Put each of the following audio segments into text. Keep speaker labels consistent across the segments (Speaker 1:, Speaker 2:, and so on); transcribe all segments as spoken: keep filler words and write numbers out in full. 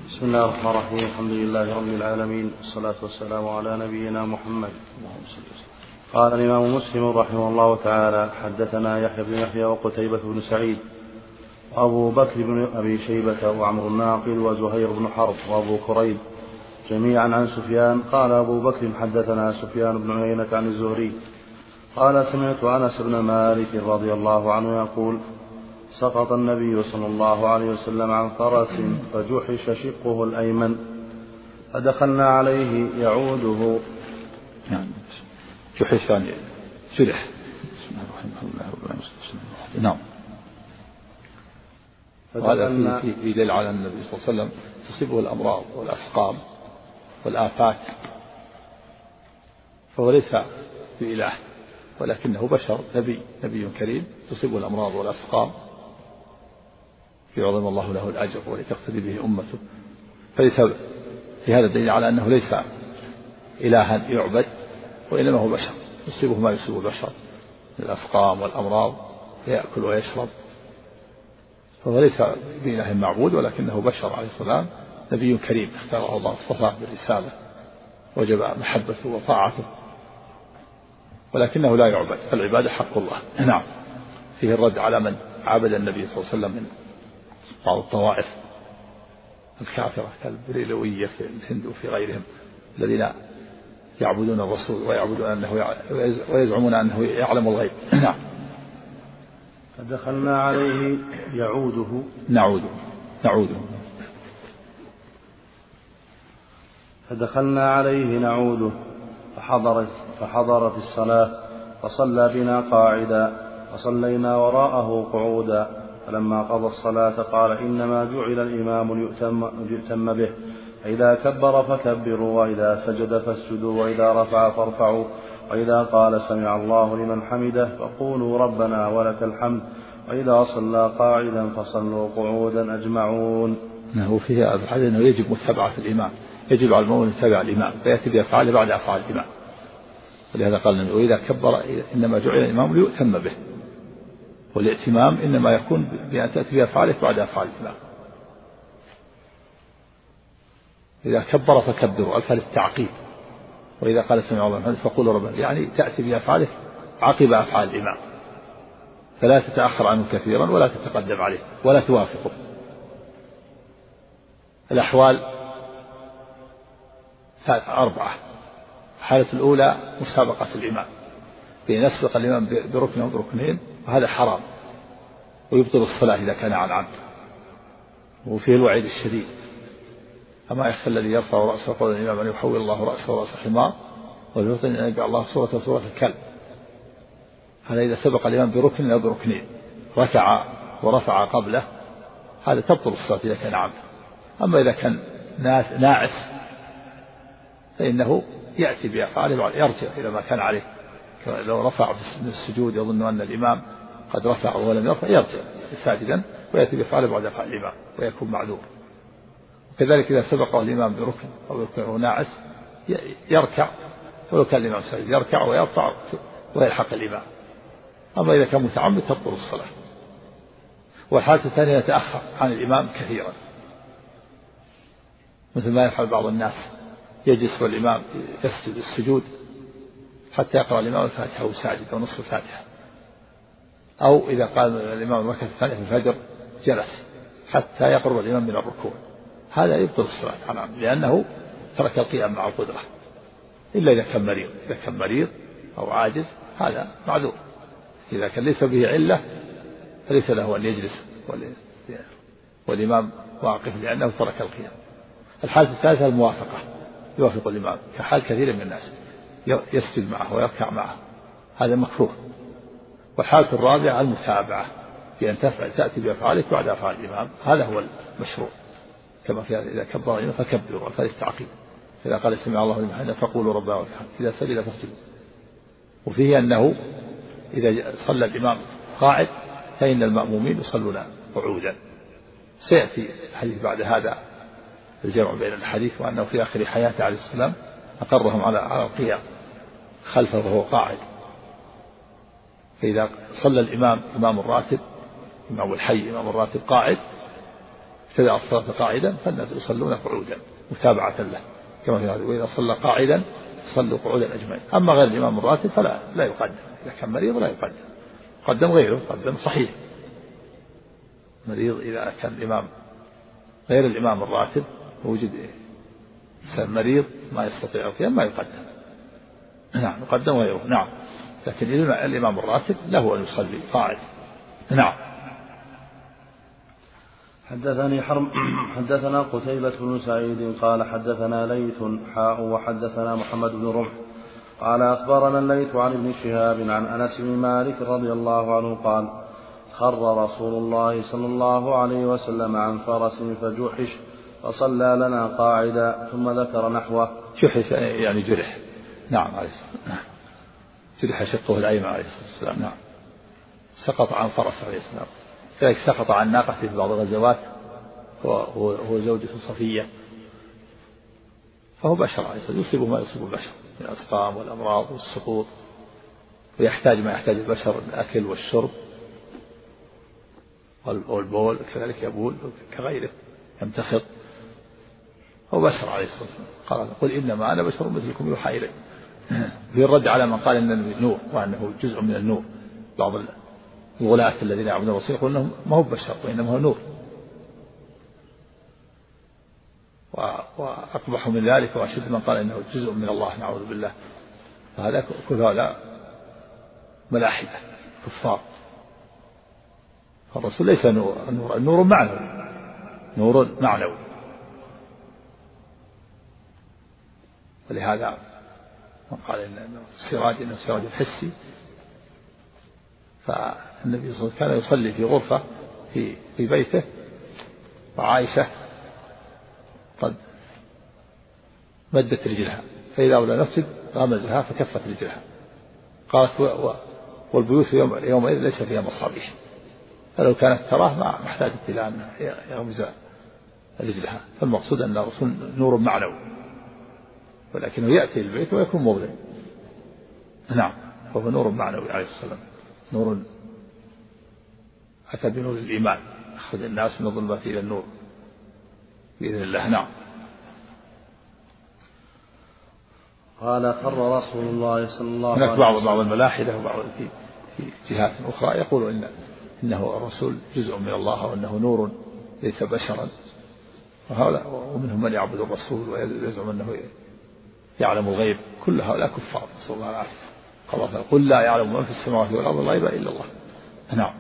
Speaker 1: بسم الله الرحمن الرحيم. الحمد لله رب العالمين، والصلاة والسلام على نبينا محمد. قال الإمام مسلم رحمه الله تعالى: حدثنا يحيى بن يحيى وقتيبة بن سعيد وأبو بكر بن أبي شيبة وعمرو الناقل وزهير بن حرب وأبو كريب جميعا عن سفيان. قال أبو بكر: حدثنا سفيان بن عيينة عن الزهري قال: سمعت أنس بن مالك رضي الله عنه يقول: سقط النبي صلى الله عليه وسلم عن فرس فجحش شقه الأيمن فدخلنا عليه يعوده.
Speaker 2: نعم، جحش يعني سلح. بسم الله الرحمن الرحيم. نعم. وهذا في في دليل على النبي صلى الله عليه وسلم تصيبه الأمراض والأسقام والآفات، فهو ليس بإله ولكنه بشر، نبي نبي كريم تصيبه الأمراض والأسقام يعظم الله له الأجر ولتقتدي به أمته. فليس في هذا الدليل على أنه ليس إلها يعبد، وإنما هو بشر يصيبه ما يصيب البشر من الأسقام والأمراض، يأكل ويشرب، فهو ليس بإله معبود ولكنه بشر عليه السلام، نبي كريم اختاره الله اصطفاه بالرسالة وجب محبته وطاعته، ولكنه لا يعبد، فالعبادة حق الله. نعم. فيه الرد على من عبد النبي صلى الله عليه وسلم من بعض الطوائف الكافرة كالبريلوية في الهند وفي غيرهم، الذين يعبدون الرسول ويعبدون أنه ويزعمون أنه يعلم الغيب. نعم.
Speaker 1: فدخلنا عليه يعوده
Speaker 2: نعوده نعوده
Speaker 1: فدخلنا عليه نعوده فحضر فحضر في الصلاة فصلى بنا قاعدا وصلينا وراءه قعودا. فلما قضى الصلاة قال: إنما جعل الإمام ليؤتم, ليؤتم به، فإذا كبر فكبروا، وإذا سجد فاسجدوا، وإذا رفع فارفعوا، وإذا قال سمع الله لمن حمده فقولوا ربنا ولك الحمد، وإذا صلى قاعدا فصلوا قعودا أجمعون.
Speaker 2: هو فيها الحديث أنه يجب متابعة الإمام، يجب على المؤمن يتابع الإمام فيأتي بأفعاله بعد أفعال الإمام، ولهذا قال النبي: وإذا كبر إنما جعل الإمام ليؤتم به، والائتمام إنما يكون بأن تأتي بأفعاله بعد أفعال الإمام. إذا كبر فكبروا ألف للتعقيد، وإذا قال سمع الله لمن حمده فقولوا ربنا، يعني تأتي بأفعاله عقب أفعال الإمام، فلا تتأخر عنه كثيرا ولا تتقدم عليه ولا توافقه. الأحوال أربعة. الحالة الأولى مسابقة الإمام، بأن يسبق الإمام بركن أو بركنين، وهذا حرام ويبطل الصلاة إذا كان عن عمد، وفيه الوعيد الشديد: أما يخفى الذي يرفع رأسه قول الإمام أن يحول الله رأسه ورأس حمار ويبطل أن يجعل الله صورة صورة الكلب. هذا إذا سبق الإمام بركن أو بركنين ركع ورفع قبله، هذا تبطل الصلاة إذا كان عمد. أما إذا كان ناعس فإنه يأتي بأفعاله، يرجع إلى ما كان عليه، لو رفع من السجود يظن أن الإمام قد رفع ولم يرفع، يرجع ساجدا ويأتي بأفعاله بعد أفعال الإمام ويكون معذور. وكذلك إذا سبقه الإمام بركن أو بركن ناعس يركع، ولو كان الإمام ساجد يركع ويرفع ويلحق الإمام. أما إذا كان متعمد تبطل الصلاة. والحالة الثانية يتأخر عن الإمام كثيرا، مثل ما يفعل بعض الناس، يجلس والإمام يسجد السجود حتى يقرأ الإمام الفاتحة وساجد أو نصف الفاتحة، أو إذا قال الإمام الركعة الثانية في الفجر جلس حتى يقرب الإمام من الركوع، هذا يبطل الصلاة عن عمد، لأنه ترك القيام مع القدرة، إلا إذا كان مريض. إذا كان مريض أو عاجز هذا معذور. إذا كان ليس به علة فليس له أن يجلس والإمام واقف لأنه ترك القيام. الحالة الثالثة الموافقة، يوافق الإمام كحال كثير من الناس، يسجد معه ويركع معه، هذا مكروه. والحالة الرابعة المتابعة، بأن تفعل تأتي بأفعالك بعد أفعال الإمام، هذا هو المشروع، كما في إذا كبر الإمام فكبروا ألف للتعقيد، إذا قال سمع الله لمن حمده فقولوا ربنا ولك الحمد، إذا سجد فاسجدوا. وفيه أنه إذا صلى الإمام قاعد فإن المأمومين يصلون قعودا. سيأتي الحديث بعد هذا الجمع بين الحديث، وأنه في آخر حياته عليه السلام أقرهم على على القيام خلفه وهو قاعد. فإذا صلى الإمام إمام الراتب إمام الحي إمام الراتب قاعد ابتدأ الصلاة قاعدا فالناس يصلون قعودا متابعة له كما في هذا، وإذا صلى قاعدا صلوا قعودا أجمعين. أما غير الإمام الراتب فلا لا يقدم، إذا كان مريض لا يقدم، قدم غيره، قدم صحيح. مريض إذا كان الإمام غير الإمام الراتب وجد إنسان مريض ما يستطيع القيام ما يقدم، نعم يقدم غيره. نعم، لكن الإمام الراتب له أن يصلي قاعد. نعم.
Speaker 1: حدثني حرم حدثنا قتيبة بن سعيد قال حدثنا ليث حاء وحدثنا محمد بن رمح قال أخبرنا الليث عن ابن شهاب عن أنس بن مالك رضي الله عنه قال خر رسول الله صلى الله عليه وسلم عن فرس فجحش فصلى لنا قاعدا ثم ذكر نحوه.
Speaker 2: جحش يعني جرح. نعم عليه الصلاة، جرح شقه الأيمن عليه الصلاة والسلام. نعم، سقط عن فرس عليه السلام، كذلك سقط عن ناقته في بعض الغزوات، هو هو زوجة صفية، فهو بشر عليه السلام يصيبه ما يصيب البشر من الأسقام والأمراض والسقوط، ويحتاج ما يحتاج البشر من الأكل والشرب والبول، كذلك يبول كغيره يمتخط، هو بشر عليه الصلاة والسلام. قال قل إنما أنا بشر مثلكم يوحى إلي، في الرد على من قال إن النبي نور وأنه جزء من النور. بعض الغلاة الذين يعبدون الرسول يقول إنه ما هو بشر وإنما هو نور، وأقبح من ذلك وأشد من قال إنه جزء من الله نعوذ بالله. فهذا كل هؤلاء ملاحدة كفار. فالرسول ليس نور، النور النور معنوي، نور معنوي. ولهذا من قال إن السراج إنه سراج حسي، فالنبي صلى الله عليه وسلم كان يصلي في غرفة في في بيته، وعائشة قد مدت رجلها، فإذا أولى نفسد غمزها فكفت رجلها. قالت والبيوت يوم يومئذ ليس فيها مصابيح، فلو كانت تراه ما احتاجت إلى أن يغمز رجلها. فالمقصود أن الرسول نور معنوي، ولكنه يأتي البيت ويكون مظلم. نعم، فهو نور معنوي عليه السلام، نور أتى بنور الإيمان، أخرج الناس من الظلمات إلى النور بإذن الله. نعم.
Speaker 1: قال خر رسول الله صلى الله عليه وسلم.
Speaker 2: هناك بعض بعض الملاحدة وبعض في في جهات أخرى يقول إن إنه الرسول جزء من الله وأنه نور ليس بشرا، وهؤلاء ومنهم من يعبد الرسول ويزعم أنه يعلم الغيب. كل هؤلاء كفار نسأل الله العافية. قال قل لا يعلم من في السماوات والأرض الغيب إلا الله. نعم.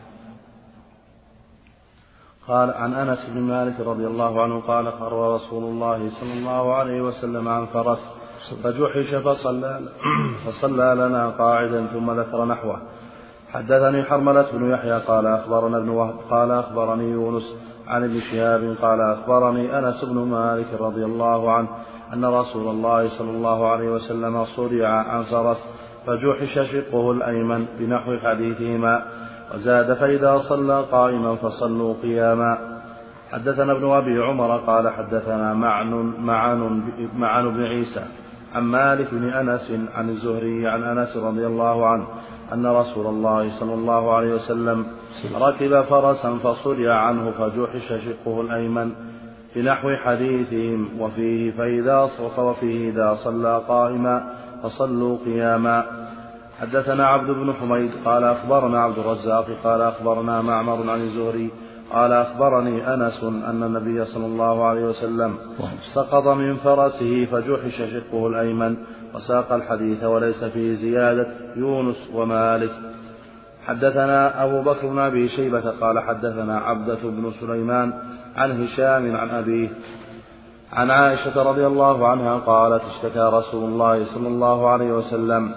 Speaker 1: قال عن أنس بن مالك رضي الله عنه قال خر رسول الله صلى الله عليه وسلم عن فرس فجحش فصلى, فصلى لنا قاعدا ثم ذكر نحوه. حدثني حرملة بن يحيى قال أخبرنا ابن وهب قال أخبرني يونس عن ابن شهاب قال أخبرني أنس بن مالك رضي الله عنه أن رسول الله صلى الله عليه وسلم صرع عن فرس فجحش شقه الأيمن بنحو حديثهما، وزاد فإذا صلى قائما فصلوا قياما. حدثنا ابن أبي عمر قال حدثنا معن, معن, معن بن عيسى عن مالك بن أنس عن الزهري عن أنس رضي الله عنه أن رسول الله صلى الله عليه وسلم ركب فرسا فصرع عنه فجحش شقه الأيمن بنحو حديثهم وفيه فإذا صرف وفيه إذا صلى قائما فصلوا قياما. حدثنا عبد بن حميد قال أخبرنا عبد الرزاق قال أخبرنا معمر عن الزهري قال أخبرني أنس أن النبي صلى الله عليه وسلم سقط من فرسه فجحش شقه الأيمن، وساق الحديث وليس فيه زيادة يونس ومالك. حدثنا أبو بكر بن أبي شيبة قال حدثنا عبدة بن سليمان عن هشام عن أبيه عن عائشة رضي الله عنها قالت اشتكى رسول الله صلى الله عليه وسلم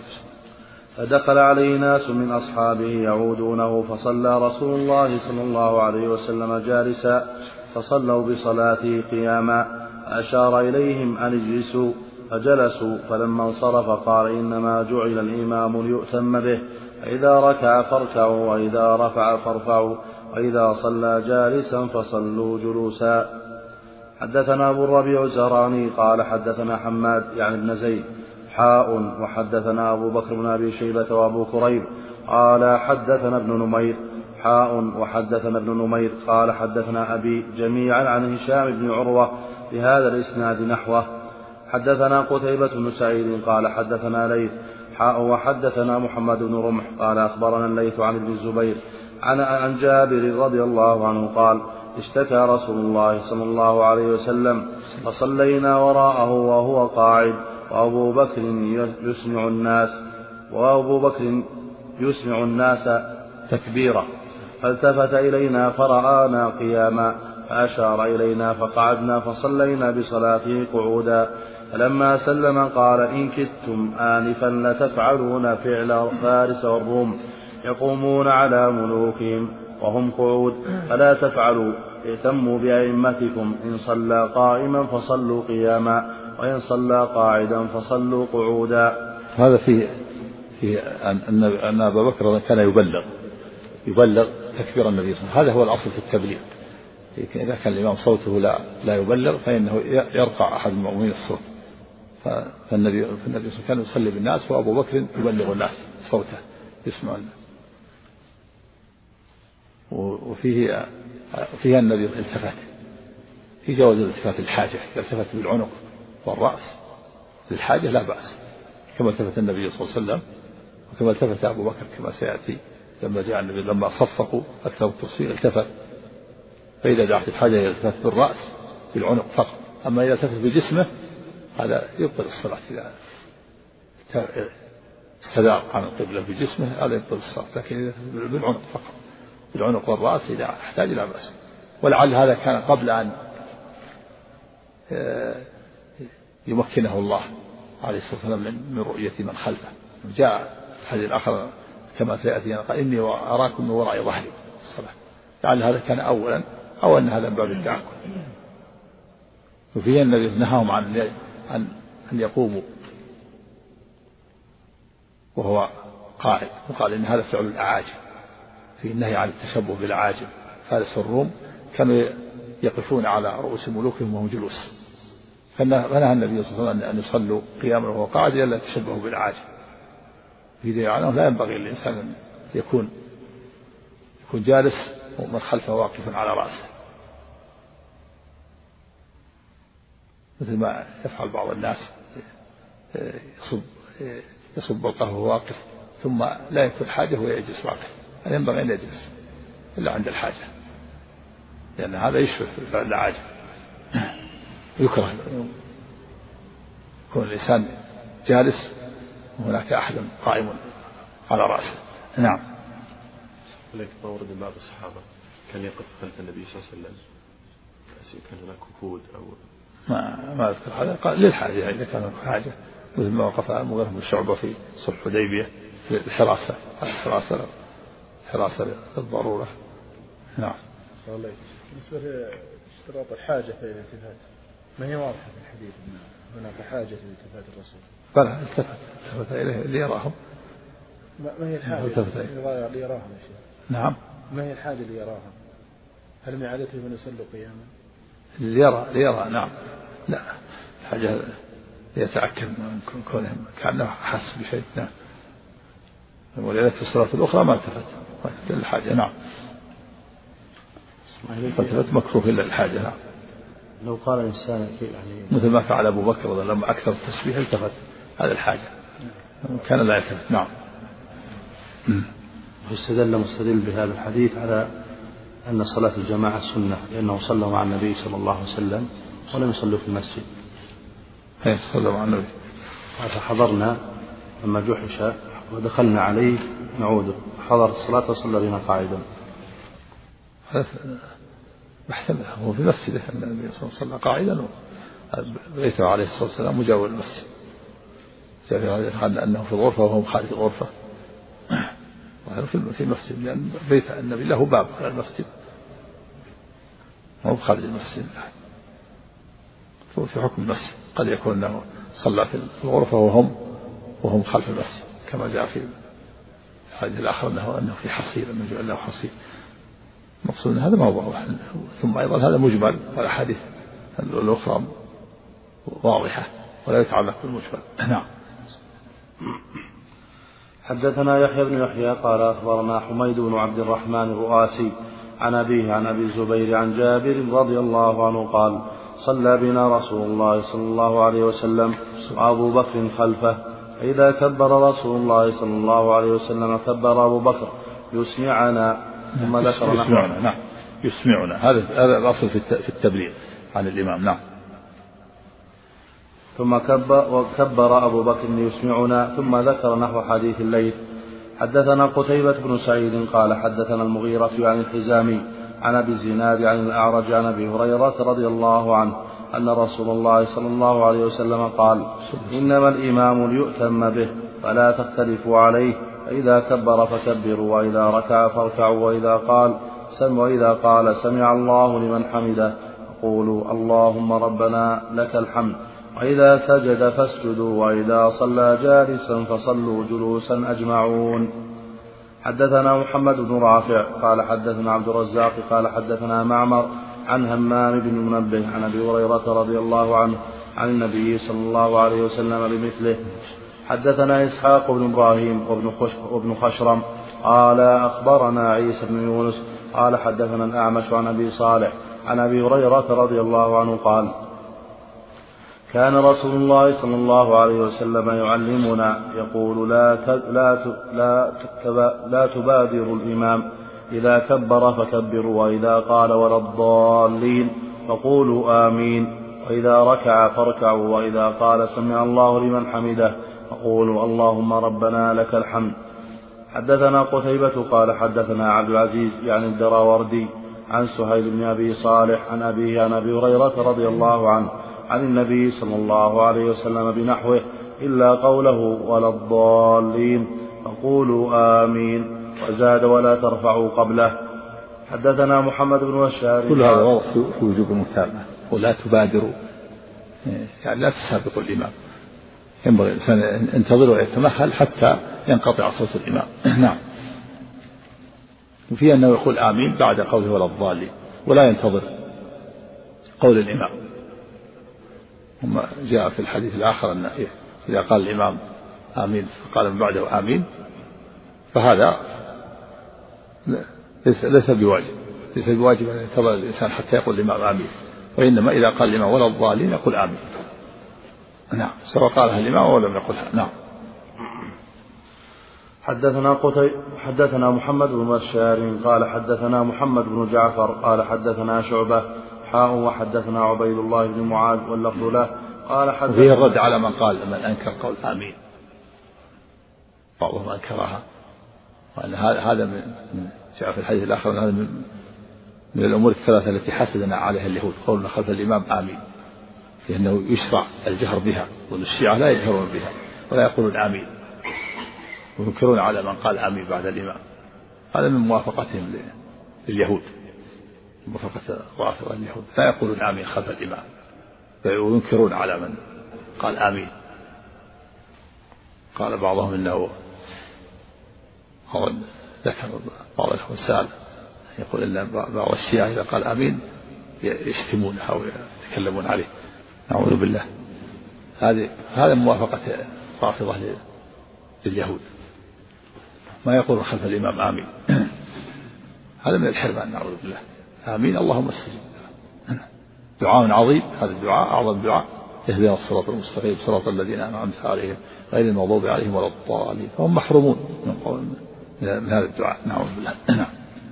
Speaker 1: فدخل عليه ناس من أصحابه يعودونه فصلى رسول الله صلى الله عليه وسلم جالسا فصلوا بصلاته قياما، فأشار إليهم أن اجلسوا فجلسوا، فلما انصرف قال إنما جعل الإمام ليؤتم به، فإذا ركع فاركعوا وإذا رفع فارفعوا وإذا صلى جالسا فصلوا جلوسا. حدثنا أبو الربيع الزهراني قال حدثنا حماد يعني ابن زيد حاء وحدثنا أبو بكر بن أبي شيبة وأبو كريب قال حدثنا ابن نمير حاء وحدثنا ابن نمير قال حدثنا أبي جميعا عن هشام بن عروة بهذا الإسناد نحوه. حدثنا قتيبة بن سعيد قال حدثنا ليث حاء وحدثنا محمد بن رمح قال أخبرنا الليث عن ابن الزبير عن عن جابر رضي الله عنه قال اشتكى رسول الله صلى الله عليه وسلم فصلينا وراءه وهو قاعد وأبو بكر يسمع الناس وأبو بكر يسمع الناس تكبيرا فالتفت إلينا فرآنا قياما فأشار إلينا فقعدنا فصلينا بصلاته قعودا فلما سلم قال إن كدتم آنفا لتفعلون فعل فارس والروم يقومون على ملوكهم وهم قعود فلا تفعلوا ائتموا بأئمتكم إن صلى قائما فصلوا قياما وإن صلى قاعدا فصلوا قعودا.
Speaker 2: هذا في في أن أن أبا بكر كان يبلغ يبلغ تكبير النبي صلى الله عليه وسلم. هذا هو الأصل في التبليغ. إذا كان الإمام صوته لا لا يبلغ فإنه يرفع أحد المؤمنين الصوت. فالنبي فالنبي كان يصلي بالناس وأبو بكر يبلغ الناس صوته يسمعون. وفيه فيها النبي التفت في جواز التفات الحاجة، التفت بالعنق والرأس للحاجة لا بأس كما التفت النبي صلى الله عليه وسلم وكما التفت أبو بكر كما سيأتي لما جاء النبي لما صفقوا أكثر التصفيق التفت. فإذا دعت الحاجة يلتفت بالرأس بالعنق فقط، أما إذا التفت بجسمه هذا يبطل الصلاة. إذا استدار عن القبلة بجسمه هذا يبطل الصلاة، لكن إذا بالعنق فقط بالعنق والرأس إذا احتاج لا بأس. ولعل هذا كان قبل أن يمكنه الله عليه الصلاة والسلام من رؤية من خلفه. جاء الحديث الآخر كما سيأتي قال إني أراكم من وراء ظهري الصلاة. لعل هذا كان أولا أو أن هذا من باب التعقل. وفيه النبي نهاهم عن عن أن يقوموا وهو قائم، وقال إن هذا فعل الأعاجم، في النهي عن التشبه بالأعاجم. فارس الروم كانوا يقفون على رؤوس ملوكهم وهم جلوس، فنهى النبي صلى الله عليه وسلم أن يصلوا قياما وهو قاعد إلا تشبهوا بالأعاجم. في دليل على أنه لا ينبغي للإنسان أن يكون يكون جالس ومن خلفه واقف على رأسه مثل ما يفعل بعض الناس، يصب يصب القهوة واقف ثم لا يكون حاجة ويجلس واقف. هذا ينبغي أن يجلس إلا عند الحاجة، لأن هذا يشبه فعل الأعاجم. يكره يكون الإنسان جالس وهناك أحد قائم على رأسه. نعم.
Speaker 3: لكن ما ورد بعض الصحابة كان يقف خلف النبي صلى الله عليه وسلم، كان هناك وفود أو
Speaker 2: ما ما أذكر هذا. قال للحاجة، إذا كان حاجة مثل ما وقف مغيرة بن شعبة في صلح حديبية للحراسة، الحراسة الحراسة للضرورة. نعم.
Speaker 4: بالنسبة لاشتراط الحاجة في الالتفات ما هي واضحة في الحديث أن هناك حاجة لالتفات الرسول؟
Speaker 2: بلى التفت التفت إليه ليراهم.
Speaker 4: ما هي الحاجة ليراهم يا شيخ؟
Speaker 2: نعم.
Speaker 4: ما هي الحاجة ليراهم؟ هل من عادتهم أن يصلوا قياما؟
Speaker 2: ليرى ليرى نعم. لا حاجة يتأكد من كونهم كأنه حس بشيء. نعم. ولذلك في الصلاة الأخرى ما التفت للحاجة. نعم. التفت مكروه إلا الحاجة. نعم.
Speaker 1: لو قال إنسان يعني
Speaker 2: مثل ما فعل أبو بكر لما أكثر التسبيح التفت هذا الحاجة، كان لا يلتفت. نعم.
Speaker 1: واستدل مستدل بهذا الحديث على أن صلاة الجماعة سنة، لأنه صلى مع النبي صلى الله عليه وسلم ولم يصلوا في المسجد.
Speaker 2: أي صلى مع النبي.
Speaker 1: فحضرنا لما جحش ودخلنا عليه نعود، حضر الصلاة وصلى بنا قاعدا.
Speaker 2: محتمل هو في مسجده النبي صلى الله عليه وسلم قاعدا بيته عليه الصلاة والسلام مجاور المسجد. جاء في هذا الحال أنه في الغرفة وهم خارج الغرفة، وهذا في المسجد لأن بيت النبي له باب على المسجد وهو خارج المسجد. في حكم المسجد قد يكون أنه صلى في الغرفة وهم وهم خلف المسجد كما جاء في الحديث الآخر أنه أنه في حصير، أنه جعل له حصير. مقصود هذا ما هو واضح. ثم أيضا هذا مجمل، والأحاديث الأخرى واضحة ولا يتعلق بالمجمل. نعم.
Speaker 1: حدثنا يحيى بن يحيى قال أخبرنا حميد بن عبد الرحمن الرؤاسي عن أبيه عن أبي الزبير عن جابر رضي الله عنه قال صلى بنا رسول الله صلى الله عليه وسلم وأبو بكر خلفه، فإذا كبر رسول الله صلى الله عليه وسلم كبر أبو بكر يسمعنا ثم ذكر
Speaker 2: يسمعنا. نعم يسمعنا، هذا هذا الأصل في التبليغ عن الإمام. نعم.
Speaker 1: ثم كبر وكبر أبو بكر يسمعنا ثم ذكر نحو حديث الليل. حدثنا قتيبة بن سعيد قال حدثنا المغيرة عن الحزامي عن أبي الزناد عن الأعرج عن أبي هريرة رضي الله عنه أن رسول الله صلى الله عليه وسلم قال إنما الإمام ليؤتم به فلا تختلفوا عليه، فإذا كبر فكبروا وإذا ركع فاركعوا وإذا قال سمع وإذا قال سمع الله لمن حمده فقولوا اللهم ربنا لك الحمد، وإذا سجد فاسجدوا وإذا صلى جالسا فصلوا جلوسا أجمعون. حدثنا محمد بن رافع قال حدثنا عبد الرزاق قال حدثنا معمر عن همام بن منبه عن أبي هريرة رضي الله عنه عن النبي صلى الله عليه وسلم بمثله. حدثنا إسحاق بن إبراهيم وابن خشرم قال أخبرنا عيسى بن يونس قال حدثنا الأعمش عن أبي صالح عن أبي هريرة رضي الله عنه قال كان رسول الله صلى الله عليه وسلم يعلمنا يقول لا لا لا, لا تبادروا الإمام إذا كبر فكبروا وإذا قال ولا الضالين فقولوا آمين، وإذا ركع فاركعوا وإذا قال سمع الله لمن حمده فقولوا اللهم ربنا لك الحمد. حدثنا قتيبة قال حدثنا عبد العزيز يعني الدراوردي عن سهيل بن أبي صالح عن أبيه عن أبي هريرة رضي الله عنه عن النبي صلى الله عليه وسلم بنحوه إلا قوله ولا الضالين فقولوا آمين، وزاد ولا ترفعوا قبله. حدثنا محمد بن بشار
Speaker 2: كل هذا واضح في وجوب المتابعة، ولا تبادروا يعني لا تسابقوا الإمام، ينبغي الإنسان ينتظر ويتمهل حتى ينقطع صوت الإمام. نعم. وفي أنه يقول آمين بعد قوله ولا الضالين ولا ينتظر قول الإمام. ثم جاء في الحديث الآخر أن إذا قال الإمام آمين فقال من بعده آمين فهذا ليس, ليس بواجب ليس بواجب أن ينتظر الإنسان حتى يقول الإمام آمين، وإنما إذا قال الإمام ولا الضالين يقول آمين. نعم سواء قالها الإمام ولم يقلها. نعم.
Speaker 1: حدثنا قتي حدثنا محمد بن بشار قال حدثنا محمد بن جعفر قال حدثنا شعبة حاء وحدثنا عبيد الله بن معاذ واللفظ له قال حدثنا.
Speaker 2: وفيه الرد على من قال من أنكر قول آمين، بعضهم أنكرها، وأن هذا من جاء في الحديث الآخر هذا من, من الأمور الثلاثة التي حسدنا عليها اليهود، قولنا خلف الإمام آمين، لأنه يشرع الجهر بها، والشيعة لا يجهرون بها ولا يقولون آمين، وينكرون على من قال آمين بعد الإمام. هذا من موافقتهم لليهود، موافقة الرافضة اليهود لا يقولون آمين خلف الإمام، وينكرون على من قال آمين. قال بعضهم إنه ذكر بعض الخمسان يقول إن بعض الشيعة إذا قال آمين يشتمونه أو يتكلمون عليه، نعوذ بالله. هذه هذا موافقة رافضة لليهود، ما يقول خلف الإمام آمين، هذا من الحرمان، نعوذ بالله. آمين اللهم استجب، دعاء عظيم، هذا الدعاء أعظم دعاء، اهدنا الصراط المستقيم صراط الذين أنعمت عليهم غير المغضوب عليهم ولا الضالين، فهم محرومون من قول من هذا الدعاء، نعوذ بالله. نعم.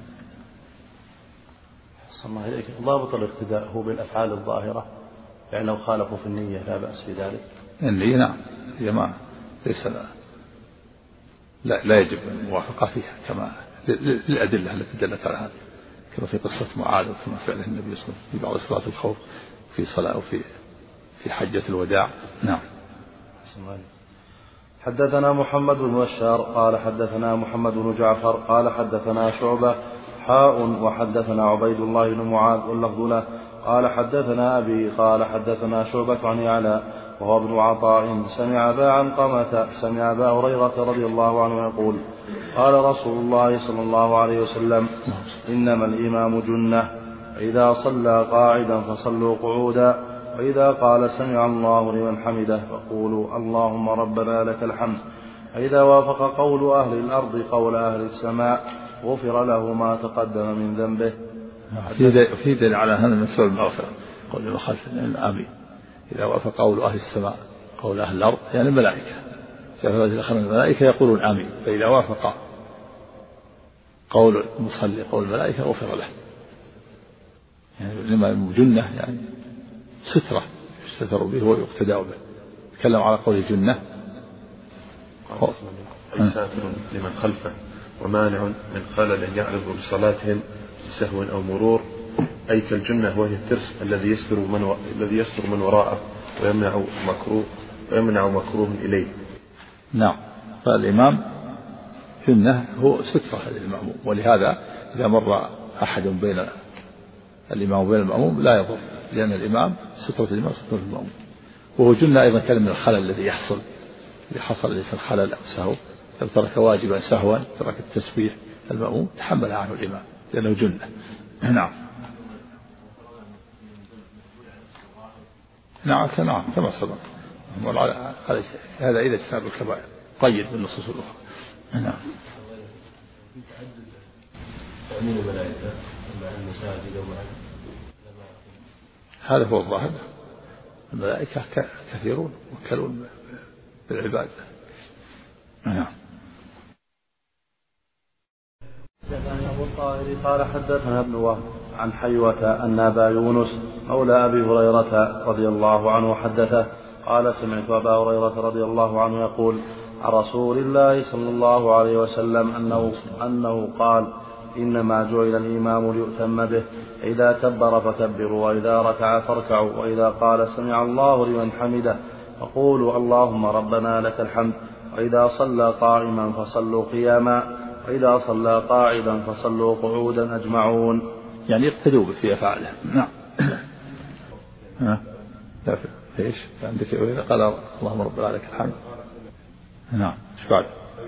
Speaker 1: صلى الله عليه وسلم. ضابط الاقتداء هو بالأفعال الظاهرة، يعني لو خالفوا في النية لا بأس في ذلك.
Speaker 2: النية نعم، هي ما ليس لا, لا يجب الموافقة فيها كما للأدلة التي دلت على هذا، كما في قصة معاذ وكما فعله النبي صلى الله عليه وسلم في بعض صلاة الخوف في صلاة وفي في حجة الوداع. نعم.
Speaker 1: حدثنا محمد بن بشار قال حدثنا محمد بن جعفر قال حدثنا شعبة حاء وحدثنا عبيد الله بن معاذ واللفظ له قال حدثنا أبي قال حدثنا شعبة عن يعلى وهو ابن عطاء سمع أبا علقمة سمع أبا هريرة رضي الله عنه يقول قال رسول الله صلى الله عليه وسلم إنما الإمام جنة، فإذا صلى قاعدا فصلوا قعودا، وإذا قال سمع الله لمن حمده فقولوا اللهم ربنا لك الحمد، فإذا وافق قول أهل الأرض قول أهل السماء غفر له ما تقدم من ذنبه.
Speaker 2: في دليل على هذا من سبب المغفرة قول المخالف آمين. إذا وافق قول أهل السماء قول أهل الأرض يعني الملائكة، سيف الآخر من الملائكة يقولون آمين، فإذا وافق قول المصلي قول الملائكة غفر له. يعني لما جنة يعني سترة يستتر به ويقتدى به. تكلم على قول جنة
Speaker 3: أي ساتر لمن خلفه ومانع من خلل يعرض لصلاتهم بسهو أو مرور، أي كالجنة وهي الترس الذي يستر من و... الذي يستر من وراءه ويمنع مكروه ويمنع مكروه إليه.
Speaker 2: نعم، فالإمام جنة هو سترة للمأموم، ولهذا إذا مر أحد بين الإمام وبين المأموم لا يضر، لأن الإمام سترة الإمام سترة المأموم. وهو جنة أيضا كلمة من الخلل الذي يحصل إذا حصل الإنسان خلل أو سهو، لو ترك واجبا سهوا ترك التسبيح المأموم تحمل عنه الإمام لأنه جنة. نعم نعم نعم كما سبق هذا إذا اجتنب الكبائر قيد بالنصوص الأخرى. نعم.
Speaker 3: تأمين الملائكة مع المساجد ومع
Speaker 2: هذا هو الظاهر، الملائكة كثيرون وكلون بالعبادة. نعم.
Speaker 1: حدثنا أبو الطاهر قال حدثنا ابن وهب عن حيوة أن أبا يونس مولى أبي هريرة رضي الله عنه حدثه قال سمعت أبا هريرة رضي الله عنه يقول عن رسول الله صلى الله عليه وسلم أنه, أنه قال إنما جعل الإمام ليؤتم به، إذا كبر فكبروا، وإذا ركع فاركعوا، وإذا قال سمع الله لمن حمده فقولوا اللهم ربنا لك الحمد، وإذا صلى قائما فصلوا قياما، وإذا صلى قاعدا فصلوا قعودا أجمعون.
Speaker 2: يعني اقتدوا في أفعاله. نعم. ها لا ايش عندك؟ وإذا قال اللهم ربنا لك الحمد. نعم. ايش بعد؟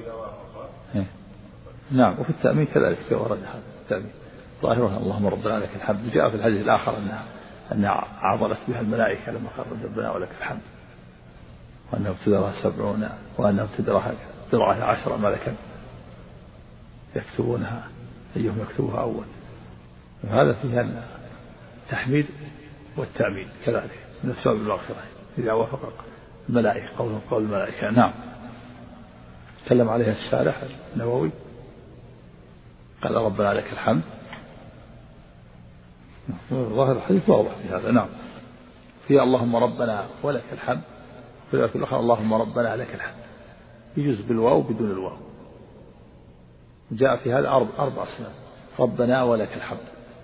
Speaker 2: نعم. وفي التأمين كذلك في ورد هذا التأمين ظاهرها اللهم ربنا لك الحمد. جاء في الحديث الآخر أنها أنها عضلت بها الملائكة لما قال ربنا ولك الحمد، وأنه ابتدرها سبعون وأنه ابتدرها ذراعها عشر ملكا يكتبونها أيهم يكتبها أول. وهذا فيها التحميد والتأمين كذلك من أسباب المغفرة إذا وافق الملائكة قولهم قول الملائكة. نعم. تكلم عليها الشارح النووي قال ربنا لك الحمد. ظاهر الحديث واضح في هذا. نعم. في اللهم ربنا ولك الحمد، في الآخر اللهم ربنا لك الحمد يجوز بالواو بدون الواو. جاء في هذا أربع أربع أسماء ربنا ولك الحمد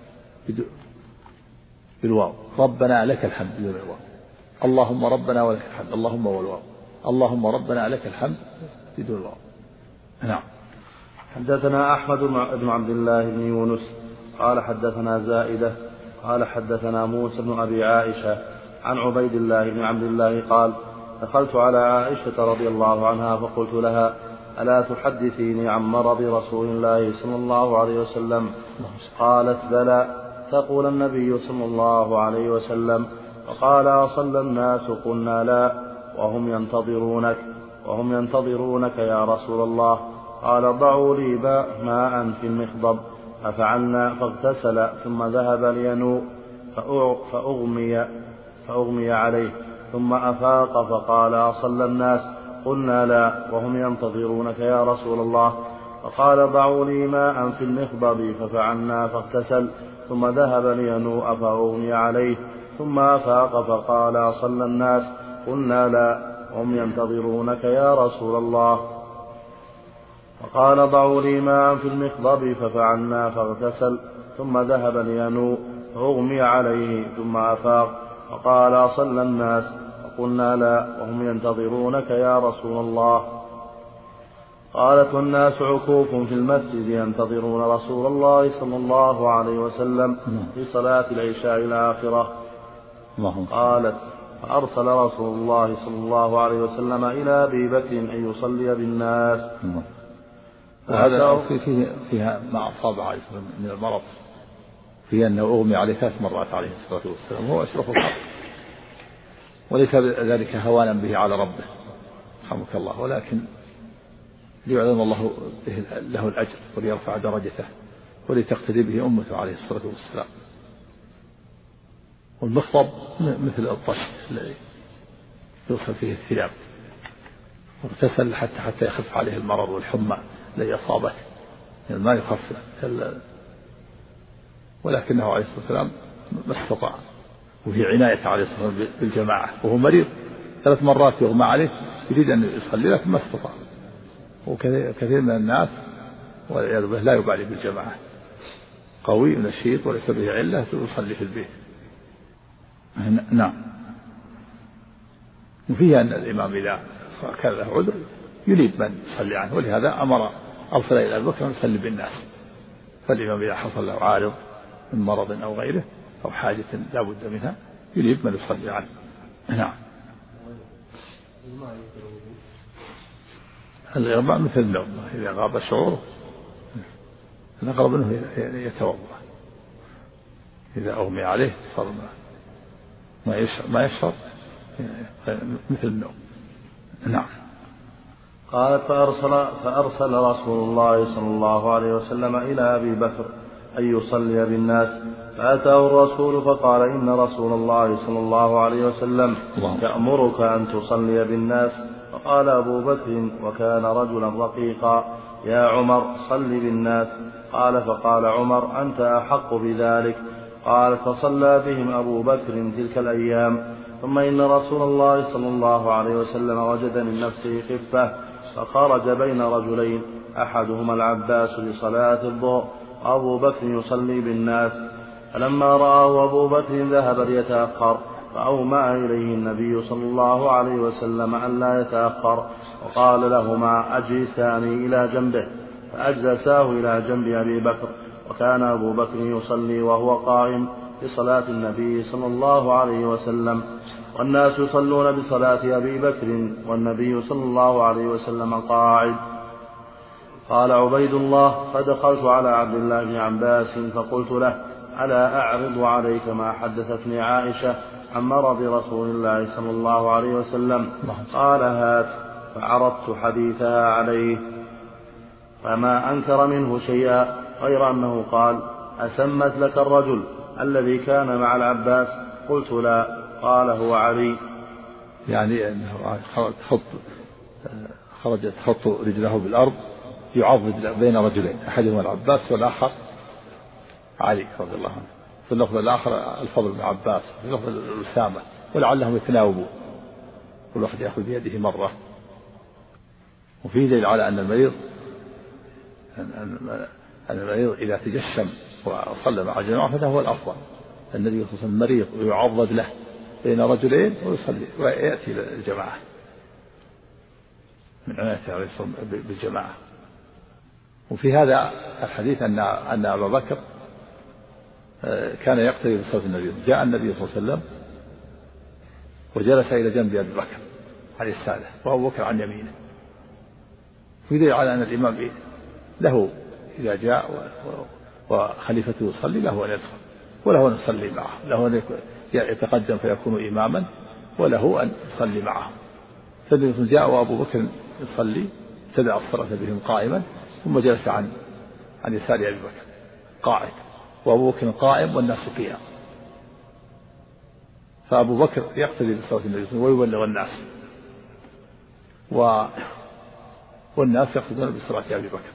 Speaker 2: بالواو، ربنا لك الحمد بدون الواو، اللهم ربنا ولك الحمد اللهم والواو، اللهم ربنا لك الحمد بدون الواو. نعم.
Speaker 1: حدثنا أحمد بن عبد الله بن يونس قال حدثنا زائدة قال حدثنا موسى بن أبي عائشة عن عبيد الله بن عبد الله قال دخلت على عائشة رضي الله عنها فقلت لها ألا تحدثيني عن مرض رسول الله صلى الله عليه وسلم؟ قالت بلى. تقول النبي صلى الله عليه وسلم وقال أصلى الناس؟ قلنا لا وهم ينتظرونك وهم ينتظرونك يا رسول الله. قال ضعوا لي ماء في المخضب، ففعلنا فاغتسل ثم ذهب لينوء فأغمي, فأغمي عليه ثم أفاق فقال أصلى الناس؟ قلنا لا وهم ينتظرونك يا رسول الله. فقال ضعوا لي ماء في المخضب، ففعلنا فاغتسل ثم ذهب لينوء فأغمي عليه ثم أفاق فقال أصلى الناس؟ قلنا لا وهم ينتظرونك يا رسول الله. فقال ضعوا لي ماء في المخضب، ففعلنا فاغتسل ثم ذهب لينوء فأغمي عليه ثم أفاق فقال أصلى الناس؟ قلنا لا وهم ينتظرونك يا رسول الله. قالت والناس عكوف في المسجد ينتظرون رسول الله صلى الله عليه وسلم في صلاة العشاء الآخرة. قالت فأرسل رسول الله صلى الله عليه وسلم إلى أبي بكر أن يصلي بالناس.
Speaker 2: وهذا فيه فيها ما أصاب عليه من المرض، فيه أنه أغمي عليه ثلاث مرات عليه الصلاة والسلام، هو أشرف الخلق، وليس ذلك هوانا به على ربه رحمك الله، ولكن ليعلم الله له الأجر وليرفع درجته ولتقتدي به أمته عليه الصلاة والسلام. والمخضب مثل الطشت الذي يوصل فيه الثياب، واغتسل حتى حتى يخف عليه المرض والحمى الذي أصابه، يعني ما يخفف، ولكنه عليه الصلاة والسلام ما استطاع، وفي عناية عليه الصلاة والسلام بالجماعة، وهو مريض ثلاث مرات يغمى عليه يريد أن يصلي لكن ما استطاع. وكثير من الناس والعياذ بالله لا يبالي بالجماعة، قوي ونشيط وليس به علة يصلي في البيت. نعم. وفيه أن الإمام إذا كان له عذر يريد من يصلي عنه، ولهذا أمر أرسل إلى أبي بكر أن يصلي بالناس. فالإمام إذا حصل له عارض من مرض أو غيره أو حاجة لا بد منها يريد من يصلي عنه. نعم. الإغماء مثل النوم، إذا غاب شعوره الأقرب منه يتوضأ، إذا أغمي عليه صار ما يشعر, ما يشعر مثل النوم. نعم.
Speaker 1: قالت فأرسل, فأرسل رسول الله صلى الله عليه وسلم إلى أبي بكر أن يصلي بالناس، فأتاه الرسول فقال إن رسول الله صلى الله عليه وسلم يأمرك أن تصلي بالناس. فقال أبو بكر وكان رجلا رقيقا يا عمر صل بالناس. قال فقال عمر أنت أحق بذلك. قال فصلى بهم أبو بكر تلك الأيام. ثم إن رسول الله صلى الله عليه وسلم وجد من نفسه خفة فخرج بين رجلين أحدهما العباس لصلاة الظهر وأبو بكر يصلي بالناس. فلما رآه أبو بكر ذهب ليتأخر فأومأ إليه النبي صلى الله عليه وسلم أن لا يتأخر، وقال لهما أجلساني إلى جنبه، فأجلساه إلى جنب أبي بكر. وكان أبو بكر يصلي وهو قائم بصلاة النبي صلى الله عليه وسلم، والناس يصلون بصلاة أبي بكر والنبي صلى الله عليه وسلم قاعد. قال عبيد الله فدخلت على عبد الله بن عباس فقلت له ألا أعرض عليك ما حدثتني عائشة عن مرض رسول الله صلى الله عليه وسلم؟ قال هات. فعرضت حديثها عليه فما أنكر منه شيئا غير أنه قال أسمت لك الرجل الذي كان مع العباس؟ قلت لا. قال هو علي.
Speaker 2: يعني أنه خط خرج تحط رجله بالأرض يعضد بين رجلين، أحدهما العباس والآخر علي رضي الله عنه. في اللفظ الآخر الفضل بن عباس، في اللفظ الأسامة، ولعلهم يتناوبوا كل واحد يأخذ بيده مرة. وفيه دليل على أن المريض أن المريض إذا تجشم وصلى مع الجماعة فهذا هو الأفضل. النبي صلى الله عليه وسلم مريض ويعضد له بين رجلين ويصلي ويأتي الجماعة من عنايته عليه الصلاة والسلام بالجماعة. وفي هذا الحديث أن أن أبا بكر كان يقتدي بصلاة النبي. جاء النبي صلى الله عليه وسلم وجلس إلى جنب أبي بكر عليه السادة وأبو بكر عن يمينه. ويدل على أن الإمام له إذا جاء وخليفته يصلي له أن يدخل وله أن يصلي معه، له أن يتقدم فيكون إماما وله أن يصلي معه. فالنبي جاء وأبو بكر يصلي ابتدأ الصلاة بهم قائما ثم جلس عن عن يسار أبي بكر قاعد وأبو بكر قائم والناس قيام. فأبو بكر يقتدي بصلاة النبي ويبلغ الناس و والناس يقتدون بصلاة أبي بكر.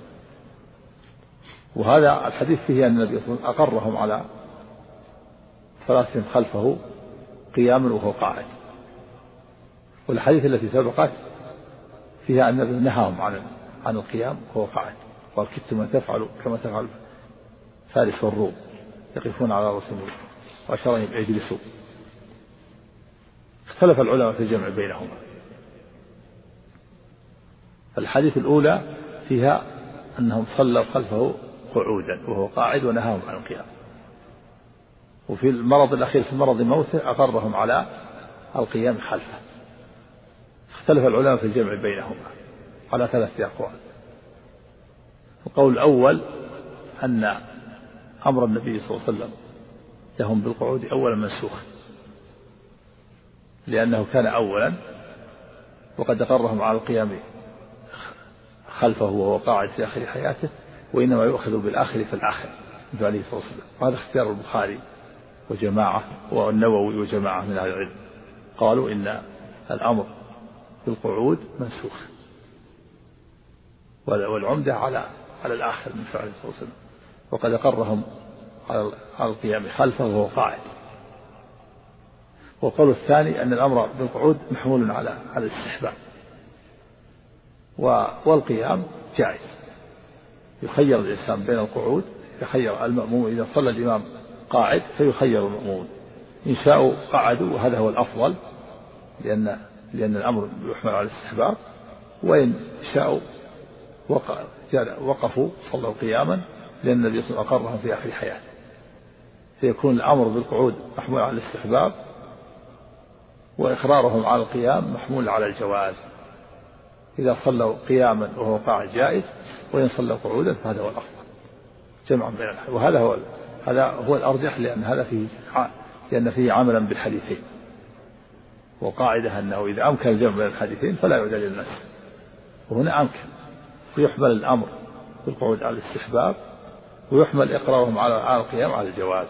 Speaker 2: وهذا الحديث فيه أن النبي صلى الله عليه وسلم أقرهم على صلاتهم خلفه قياما وهو قاعد. والحديث التي سبقت فيها أن النبي نهاهم عن عن القيام وهو قاعد، قال كدتم أن تفعلوا كما تفعل فارس والروم يقفون على رؤوس الملوك، وأشار أن يجلسوا. اختلف العلماء في الجمع بينهما. الحديث الأولى فيها أنهم صلوا خلفه قعودا وهو قاعد ونهاهم عن القيام. وفي المرض الأخير في مرض موته أقرهم على القيام خلفه. اختلف العلماء في الجمع بينهما على ثلاثة أقوال. القول الأول أن أمر النبي صلى الله عليه وسلم لهم بالقعود أولا منسوخ، لأنه كان أولا وقد أقرهم على القيام خلفه وهو قاعد في آخر حياته، وإنما يؤخذ بالآخر فالآخر مثل عليه الصلاة والسلام. وهذا اختيار البخاري وجماعة والنووي وجماعة من أهل العلم، قالوا إن الأمر بالقعود منسوخ، والعمدة على على الآخر من فعل الصلاة والسلام، وقد أقرهم على القيام خلفه وهو قاعد. والقول الثاني أن الأمر بالقعود محمول على على الاستحباب، والقيام جائز، يخير الإنسان بين القعود، يخير المأموم إذا صلى الإمام قاعد فيخير المأموم، إن شاءوا قعدوا وهذا هو الأفضل لأن لأن الأمر يحمل على الاستحباب، وإن شاءوا وقفوا صلوا قياما لأن النبي صلى الله عليه وسلم أقرهم في آخر حياته، فيكون الأمر بالقعود محمول على الاستحباب، وإقرارهم على القيام محمول على الجواز. إذا صلوا قياما وهو قاعد جائز، وإن صلوا قعودا فهذا هو الأفضل جمعا بين الحديثين، وهذا هو هذا هو الأرجح لأن هذا فيه لأن فيه عملا بالحديثين، وقاعدة أنه إذا أمكن الجمع بين الحديثين فلا يعدل للناس، وهنا أمكن، فيحمل الأمر بالقعود على الاستحباب، ويحمل إقرارهم على القيام على الجواز.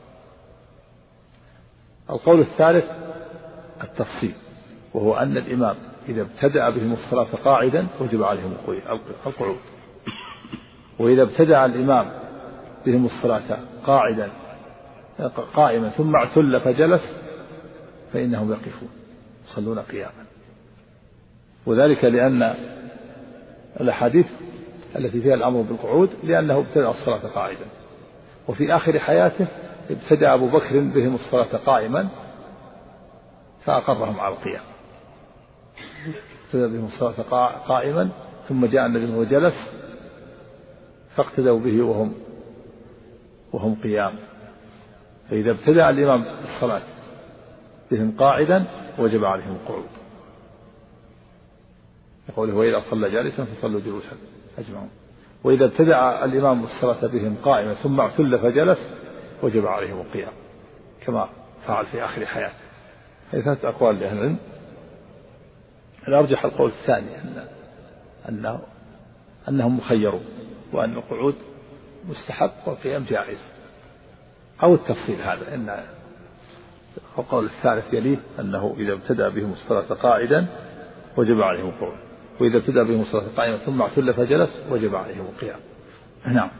Speaker 2: القول الثالث التفصيل، وهو أن الإمام إذا ابتدأ بهم الصلاة قاعدا وجب عليهم القعود، وإذا ابتدأ الإمام بهم الصلاة قاعدا قائما ثم اعتل فجلس فإنهم يقفون يصلون قياما، وذلك لأن الأحاديث التي فيها الأمر بالقعود لأنه ابتدأ الصلاة قاعدا، وفي آخر حياته ابتدأ أبو بكر بهم الصلاة قائما فأقرهم على القيام، ابتدأ بهم الصلاة قائما ثم جاء النبي وجلس فاقتدوا به وهم وهم قيام. فإذا ابتدأ الإمام الصلاة بهم قاعدا وجب عليهم القعود، يقول وإذا صلى جالسا فصلوا جلوسا أجمعون، وإذا ابتدأ الإمام الصلاة بهم قائما ثم اعتل فجلس وجب عليهم القيام كما فعل في آخر حياته. هذه ثلاثة أقوال لأهل العلم. الأرجح القول الثاني أن أنه أنهم مخيرون، وأن القعود مستحب والقيام جائز، أو التفصيل هذا إن القول الثالث يليه أنه إذا ابتدأ بهم الصلاة قاعدا وجب عليهم القعود، وإذا ابتدأ بهم الصلاة قائما ثم اعتل فجلس وجب عليهم القيام. نعم.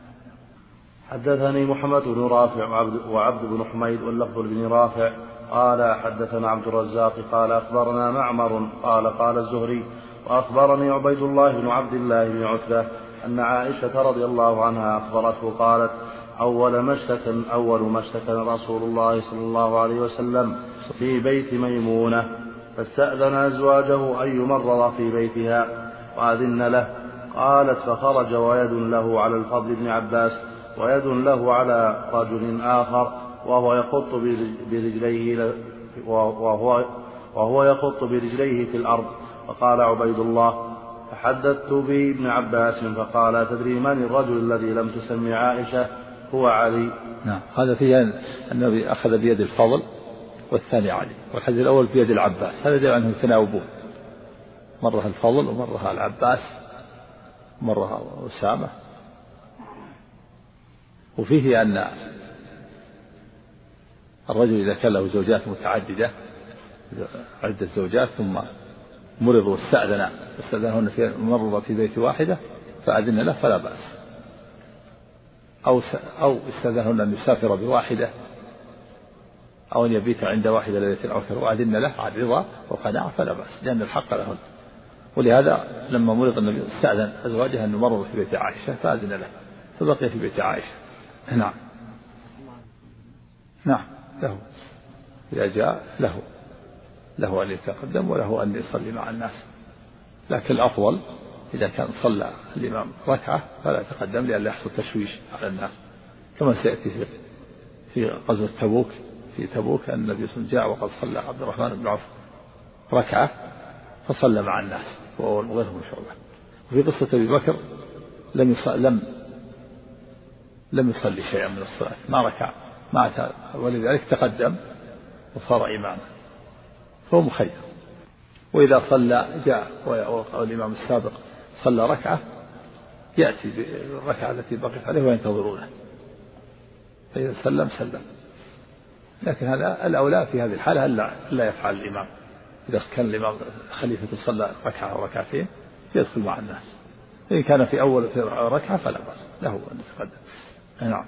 Speaker 1: حدثني محمد بن رافع وعبد, وعبد بن حميد واللفظ بن رافع قال حدثنا عبد الرزاق قال أخبرنا معمر قال قال الزهري وأخبرني عبيد الله بن عبد الله بن عتبة أن عائشة رضي الله عنها أخبرته قالت أول ما اشتكى أول ما اشتكى رسول الله صلى الله عليه وسلم في بيت ميمونة فاستأذن أزواجه أن يمرض في بيتها وأذن له، قالت فخرج ويد له على الفضل بن عباس ويد له على رجل آخر وهو يخط برجليه وهو, وهو يخط برجليه في الأرض، فقال عبيد الله فحدثت به ابن عباس فقال تدري من الرجل الذي لم تسمي عائشة؟ هو علي.
Speaker 2: نعم. هذا فيه أن النبي أخذ بيد الفضل والثاني علي، والحديث الأول بيد العباس، هذا دليل أنهم يتناوبون، مرة الفضل ومرة العباس مرة أسامة. وفيه أن الرجل إذا كان له زوجات متعددة عدة زوجات ثم مرض واستأذن استأذنهن في مرض في بيت واحدة فأذن له فلا بأس، أو أو استأذنهن أن يسافر بواحدة أو أن يبيت عند واحدة ليلة أو أكثر وأذن له على رضا وقناعة فلا بأس، لأن الحق لهن. ولهذا لما مرض النبي استأذن أزواجه أن يمرض في بيت عائشة فأذن له فبقي في بيت عائشة. نعم. نعم له إذا جاء له له أن يتقدم وله أن يصلي مع الناس، لكن الأفضل إذا كان صلى الإمام ركعة فلا يتقدم لئلا يحصل تشويش على الناس، كما سيأتي في في غزوة تبوك في تبوك أن النبي صلى الله عليه وسلم جاء وقد صلى عبد الرحمن بن عوف ركعة فصلى مع الناس وهو المغيرة بن شعبة. وفي قصة أبي بكر لم يصلي لم لم يصلي شيئا من الصلاة، ما ركع ما أتى، ولذلك تقدم وصار إماما فهو مخير. وإذا صلى جاء والإمام السابق صلى ركعة يأتي بالركعة التي بقيت عليه وينتظرونه، فإذا سلم سلم. لكن هذا الأولى في هذه الحالة ألا لا يفعل الإمام. إذا كان الإمام خليفة صلى ركعة أو ركعتين يدخل مع الناس، إن كان في أول في ركعة فلا بأس له أن يتقدم. نعم.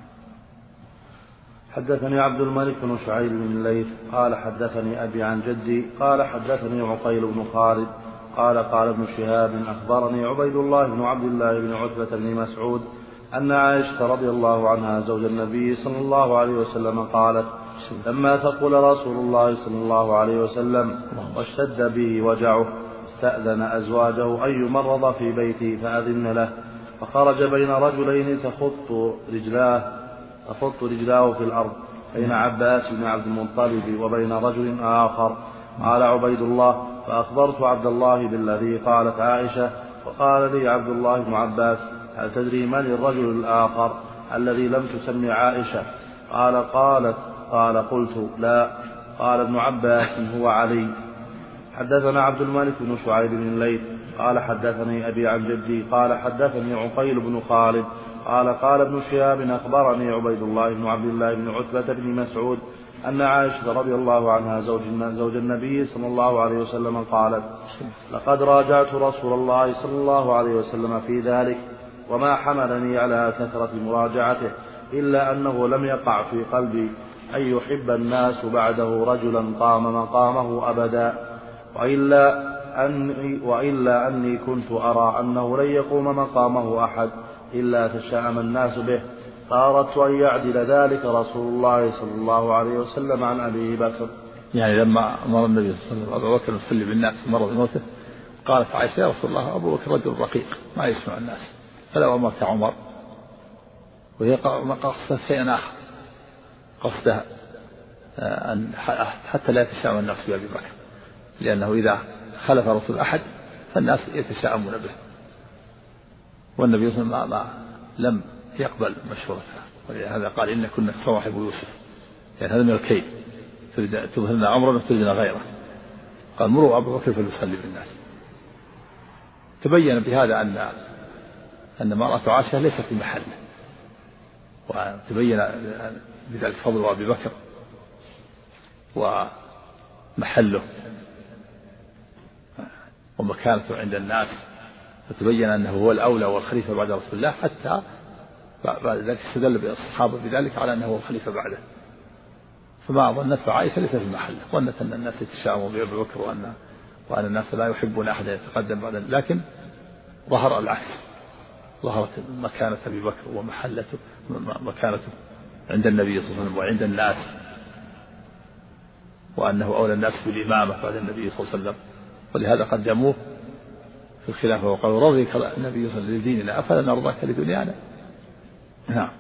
Speaker 1: حدثني عبد الملك بن شعيب بن الليث قال حدثني أبي عن جدي قال حدثني عقيل بن خالد قال قال ابن شهاب أخبرني عبيد الله بن عبد الله بن عتبة بن مسعود أن عائشة رضي الله عنها زوج النبي صلى الله عليه وسلم قالت لما ثقل رسول الله صلى الله عليه وسلم واشتد به وجعه استأذن أزواجه أن يمرض في بيته فأذن له، فخرج بين رجلين تخط رجلاه تخط رجلاه في الأرض بين عباس بن عبد المطلب وبين رجل آخر. قال عبيد الله فأخبرت عبد الله بالذي قالت عائشة، وقال لي عبد الله بن عباس هل تدري من الرجل الآخر الذي لم تسمي عائشة؟ قال قالت قال قلت لا. قال ابن عباس هو علي. حدثنا عبد الملك بن شعيب بن الليث قال حدثني أبي عن جدي قال حدثني عقيل بن خالد قال قال ابن شهاب أخبرني عبيد الله بن عبد الله بن عتبة بن مسعود أن عائشة رضي الله عنها زوج, زوج النبي صلى الله عليه وسلم قالت لقد راجعت رسول الله صلى الله عليه وسلم في ذلك، وما حملني على كثرة مراجعته إلا أنه لم يقع في قلبي أن يحب الناس بعده رجلا قام مقامه أبدا، وإلا أني, وإلا أني كنت أرى أنه لن يقوم مقامه أحد إلا تشاءم الناس به، فأردت أن يعدل ذلك رسول الله صلى الله عليه وسلم عن أبي بكر.
Speaker 2: يعني لما أمر النبي صلى الله عليه وسلم أبو بكر يصلي بالناس في مرض موته قالت عائشة يا رسول الله أبو بكر رجل رقيق ما يسمع الناس، فلو أمرت عمر، وهي قصدت شيئا آخر، قصدها أن حتى لا يتشاءم الناس بأبي بكر، لأنه إذا خلف رسول أحد فالناس يتشاءمون به، والنبي صلى الله عليه وسلم لم يقبل مشورتها، ولهذا قال إن كنا صواحب يوسف، يعني هذا من الكيد، تظهرن أمرا وتريدن غيره. قال مروا أبو بكر فليصلي بالناس. تبين بهذا أن أن امرأة عائشة ليست في محله، وتبين بذلك فضل أبي بكر ومحله ومكانته عند الناس، فتبين أنه هو الأولى والخليفة بعد رسول الله، حتى بعد ذلك استدل الصحابة بذلك على أنه هو الخليفة بعده. فما ظنت عائشة ليس في محله، ظنت أن الناس يتشاءموا بأبي بكر وأن وأن الناس لا يحبون أحدا يتقدم بعد، لكن ظهر العكس، ظهرت مكانة أبي بكر ومحلته مكانته عند النبي صلى الله عليه وسلم وعند الناس، وأنه أولى الناس بالإمامة بعد النبي صلى الله عليه وسلم، ولهذا قدموه في الخلافة وقالوا رضيك النبي صلى الله عليه وسلم لديننا أفلا نرضاك لدنيانا. نعم.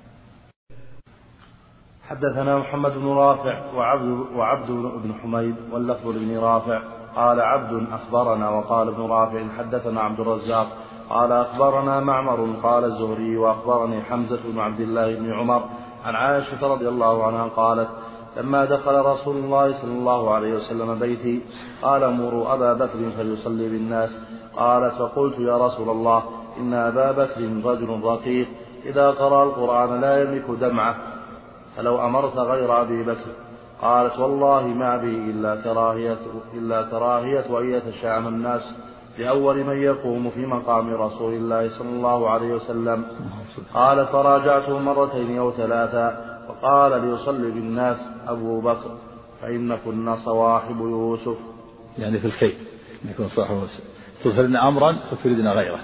Speaker 1: حدثنا محمد بن رافع وعبد, وعبد بن حميد واللفظ بن رافع قال عبد أخبرنا، وقال ابن رافع حدثنا عبد الرزاق قال أخبرنا معمر قال الزهري وأخبرني حمزة بن عبد الله بن عمر عن عائشة رضي الله عنها قالت لما دخل رسول الله صلى الله عليه وسلم بيتي قال مروا أبا بكر فليصلي بالناس. قالت فقلت يا رسول الله إن أبا بكر رجل رقيق إذا قرأ القرآن لا يملك دمعه، فلو أمرت غير أبي بكر. قالت والله ما بي إلا كراهية, إلا كراهية أن يتشاءم الناس لأول من يقوم في مقام رسول الله صلى الله عليه وسلم. قال فراجعته مرتين أو ثلاثا، وقال ليصلي بالناس أبو بكر فإن كنا صواحب يوسف،
Speaker 2: يعني في الكيد يكون صاحب يوسف، تظهرن أمرا وتريدن غيره.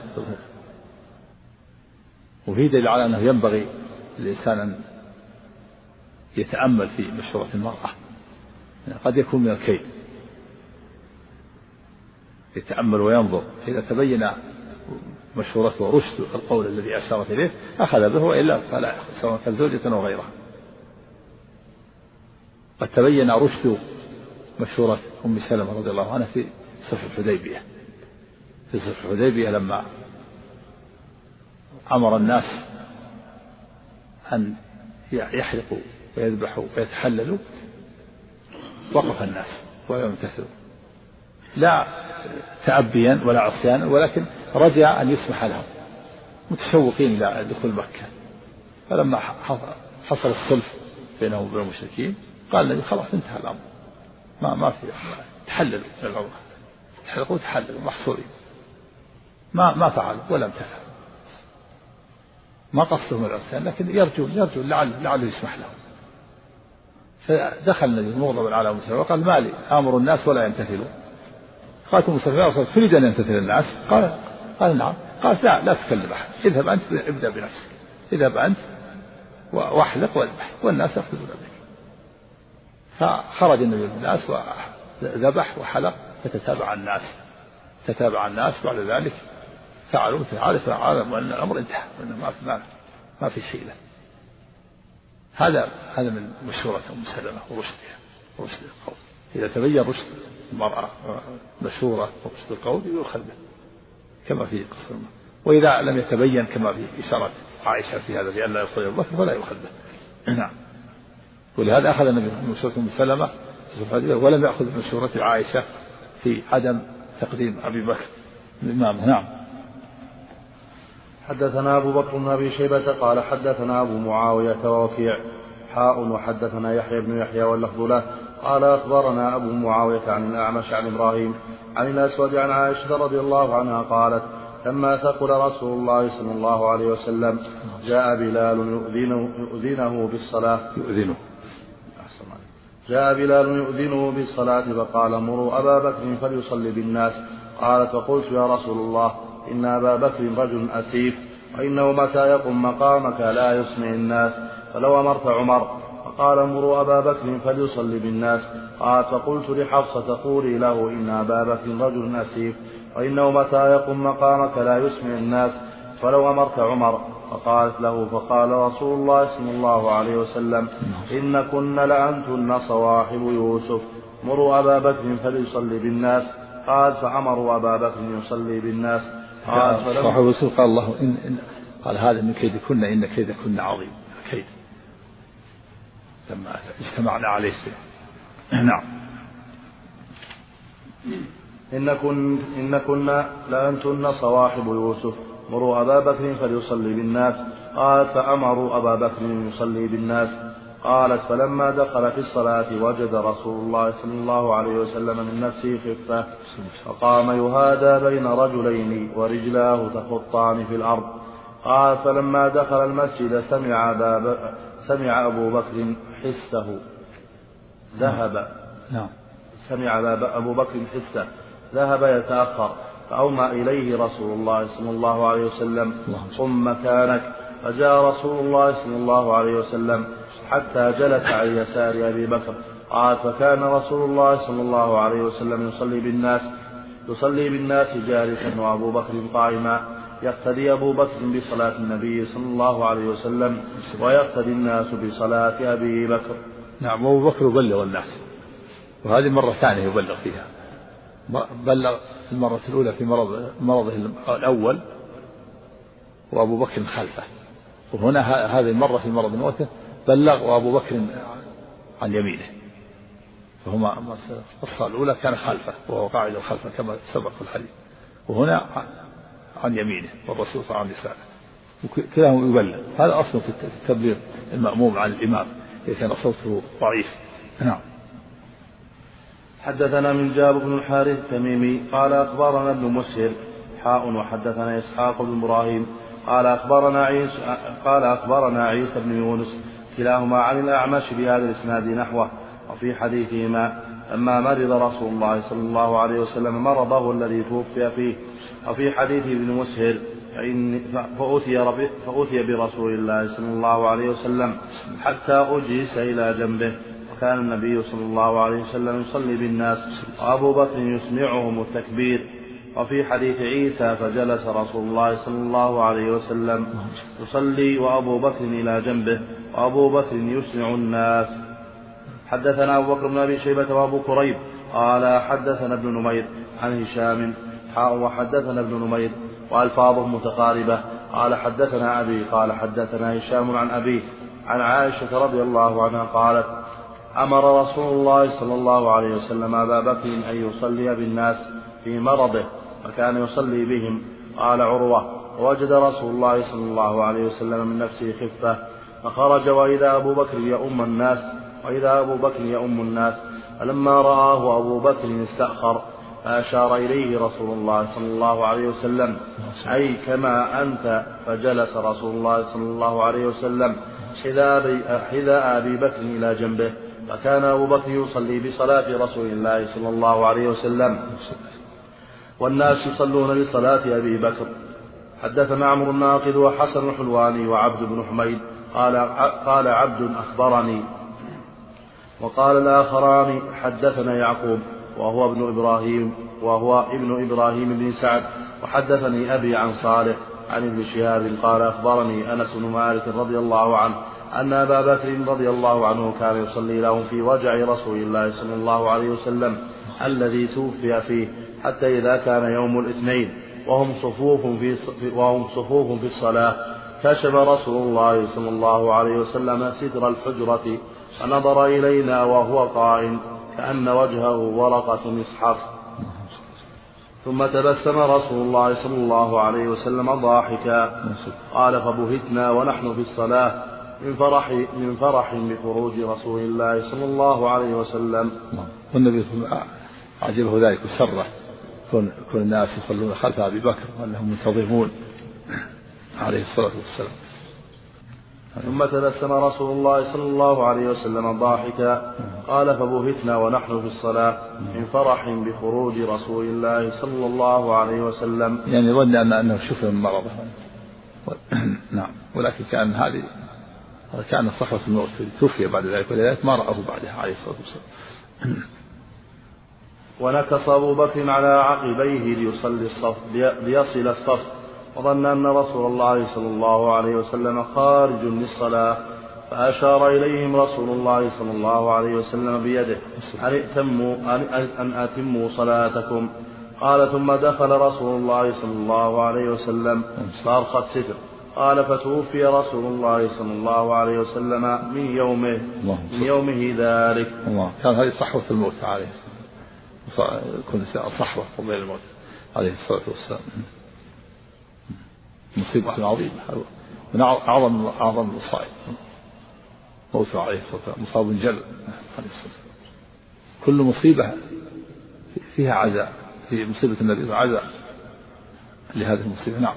Speaker 2: وفي دليل على أنه ينبغي الإنسان أن يتأمل في مشورة المرأة، يعني قد يكون من الكيد، يتأمل وينظر، إذا تبين مشورته ورشد القول الذي أشارت إليه أخذ به، وإلا فلا، سواء كان زوجة أو غيرها. قد تبين رشد مشورة أم سلمة رضي الله عنها في صلح الحديبية، في صلح الحديبية لما أمر الناس أن يحلقوا ويذبحوا ويتحللوا، وقف الناس ويمتثلوا، لا تأبيا ولا عصيانا، ولكن رجع أن يسمح لهم متشوقين إلى دخول مكة. فلما حصل الصلح بينهم وبين المشركين قال النبي خلاص انتهى الأمر، ما ما في، تحللوا من العمرة، تحلقوا تحللوا محصورين، ما ما فعلوا ولا امتثلوا، ما قصدهم العصيان، لكن يرجون يرجون لعل لعله يسمح لهم. فدخل النبي مغضبا على موسى وقال ما لي آمر الناس ولا يمتثلون. قالت موسى تريد أن يمتثل الناس؟ قال قال نعم. قال لا لا تكلم أحد، اذهب أنت ابدأ بنفسك، اذهب أنت واحلق واذبح والناس يقصدون بك. فخرج النبي بالناس وذبح وحلق، فتتابع الناس تتابع الناس بعد ذلك فعلوا مثل هذا، فعلموا أن الأمر انتهى، وأن ما في ما في حيلة. هذا هذا من مشورة أم سلمة ورشدها ورشد القول. إذا تبين رشد المرأة مشورة ورشد القول يؤخذ به كما في قصة، وإذا لم يتبين كما في إشارة عائشة في هذا بأن لا يصلي أبو بكر فلا يؤخذ به. نعم. ولهذا أخذ النبي مشورة أم سلمة ولم يأخذ مشورة عائشة في عدم تقديم أبي بكر الإمام. نعم.
Speaker 1: حدثنا أبو بكر بن أبي شيبة قال حدثنا أبو معاوية ووكيع حاء وحدثنا يحيى بن يحيى واللفظ له قال أخبرنا أبو معاوية عن الأعمش عن إبراهيم عن الأسود عن عائشة رضي الله عنها قالت لما ثقل رسول الله صلى الله عليه وسلم جاء بلال يؤذنه, يؤذنه بالصلاة يؤذنه جاء بلال يؤذنه بالصلاة فقال مروا أبا بكر فليصلي بالناس. قالت فقلت يا رسول الله إن أبا بكر رجل أسيف وإنه متى يقم مقامك لا يسمع الناس، فلو أمرت عمر. فقال مروا أبا بكر فليصلي بالناس. قالت فقلت لحفصة قولي له إن أبا بكر رجل أسيف وإنه متى يقم مقامك لا يسمع الناس، فلو أمرت عمر. فقالت له فقال رسول الله صلى الله عليه وسلم إن كن لأنتن صواحب يوسف مروا أبا بكر فليصلي بالناس. قال فأمروا أبا بكر يصلي بالناس.
Speaker 2: قال صاحب يوسف قال الله إن, إن قال هذا من كيد كن إن كيد كن عظيم كيد لما اجتمعنا عليه. نعم.
Speaker 1: إن كن إن كنا لأنتن صواحب يوسف مروا أبا بكر فليصلي بالناس. قالت فأمروا أبا بكر يصلي بالناس. قالت فلما دخل في الصلاة وجد رسول الله صلى الله عليه وسلم من نفسه خفة فقام يهادى بين رجلين ورجلاه تخطان في الأرض. قال فلما دخل المسجد سمع, باب سمع أبو بكر حسه ذهب
Speaker 2: نعم.
Speaker 1: سمع أبو بكر حسه ذهب يتأخر فأومى إليه رسول الله صلى الله عليه وسلم قم مكانك. فجاء رسول الله صلى الله عليه وسلم حتى جلس عن يسار أبي بكر. قال فكان رسول الله صلى الله عليه وسلم يصلي بالناس يصلي بالناس جالسا وأبو بكر قائما يقتدي أبو بكر بصلاة النبي صلى الله عليه وسلم ويقتدي الناس بصلاة أبي بكر.
Speaker 2: نعم. وأبو بكر يبلغ الناس، وهذه مرة ثانية يبلغ فيها. بلغ المرة الأولى في مرض مرضه الأول وأبو بكر خلفه، وهنا هذه المرة في مرض موته بلغ وأبو بكر عن يمينه، فهما القصة الأولى كان خلفه وهو قاعد خلفه كما سبق في الحديث، وهنا عن يمينه والرسول عن يساره، كلاهما يبلغ. هذا أصل في التبليغ المأموم عن الإمام إذا كان صوته ضعيف. نعم.
Speaker 1: حدثنا من جابر بن الحارث التميمي قال أخبرنا ابن مسهر حاء وحدثنا إسحاق بن إبراهيم قال أخبرنا عيسى قال أخبرنا عيسى بن يونس كلاهما عن الأعمش بهذا الإسناد نحوه. وفي حديثهما لما مرض رسول الله صلى الله عليه وسلم مرضه الذي توفي فيه. وفي حديث ابن مسهر فأتي, فأتي برسول الله صلى الله عليه وسلم حتى أجلس إلى جنبه، وكان النبي صلى الله عليه وسلم يصلي بالناس وأبو بكر يسمعهم التكبير. وفي حديث عيسى فجلس رسول الله صلى الله عليه وسلم يصلي وأبو بكر إلى جنبه وأبو بكر يسمع الناس. حدثنا أبو بكر بن أبي شيبة وأبو كريب قال حدثنا ابن نمير عن هشام وحدثنا ابن نمير وألفاظه متقاربة قال حدثنا أبي قال حدثنا هشام عن أبيه عن عائشة رضي الله عنها قالت أمر رسول الله صلى الله عليه وسلم أبا بكر أن يصلي بالناس في مرضه فكان يصلي بهم. قال عروة: ووجد رسول الله صلى الله عليه وسلم من نفسه خفة فخرج وإذا أبو بكر يؤم الناس وإذا أبو بكر يؤم الناس فلما رآه أبو بكر استأخر فأشار إليه رسول الله صلى الله عليه وسلم: أي كما أنت. فجلس رسول الله صلى الله عليه وسلم حذاء أبي بكر إلى جنبه فكان أبو بكر يصلي بصلاة رسول الله صلى الله عليه وسلم والناس يصلون بصلاة أبي بكر. حدثنا عمرو الناقد وحسن الحلواني وعبد بن حميد قال قال عبد أخبرني وقال الآخران حدثنا يعقوب وهو ابن إبراهيم وهو ابن إبراهيم بن سعد وحدثني أبي عن صالح عن ابن شهاب قال أخبرني أنس بن مالك رضي الله عنه أن أبا بكر رضي الله عنه كان يصلي لهم في وجع رسول الله صلى الله عليه وسلم الذي توفي فيه حتى إذا كان يوم الاثنين وهم صفوف في وهم صفوف في الصلاة كشف رسول الله صلى الله عليه وسلم ستر الحجرة فنظر إلينا وهو قائم كأن وجهه ورقة مصحف ثم تبسم رسول الله صلى الله عليه وسلم ضاحكا. قال: فبهتنا ونحن في الصلاة من فرح من فرح بخروج رسول الله صلى الله عليه وسلم.
Speaker 2: والنبي عجبه ذلك وسره كون كون الناس يصلون خلف أبي بكر وأنهم منتظمون عليه الصلاة والسلام.
Speaker 1: ثم تبسم رسول الله صلى الله عليه وسلم ضاحكا. قال: فبهتنا ونحن في الصلاة من فرح بخروج رسول الله صلى الله عليه وسلم.
Speaker 2: يعني ظن أن أنه شفي من مرضه. نعم. ولكن كان هذه كان صحوة الموت توفي بعد ذلك ولذلك ما رأه بعدها عليه الصلاة والسلام.
Speaker 1: ونكص أبو بكر على عقبيه ليصلي الصف ليصل الصف وظن أن رسول الله صلى الله عليه وسلم خارج للصلاة فأشار إليهم رسول الله صلى الله عليه وسلم بيده أن ائتموا أن أتموا صلاتكم. قال: ثم دخل رسول الله صلى الله عليه وسلم فأرخى الستر. قال: فتوفي رسول الله صلى الله عليه وسلم من يومه من يومه ذلك.
Speaker 2: الله. كان هذه صحوة الموت عليه كل صحوة قبل الموت عليه الصلاة والسلام. مصيبة عظيمة من أعظم أعظم المصائب موته عليه الصلاة والسلام مصاب جل عليه الصلاة. كل مصيبة فيها عزاء في مصيبة النبي عزاء لهذه المصيبة. نعم.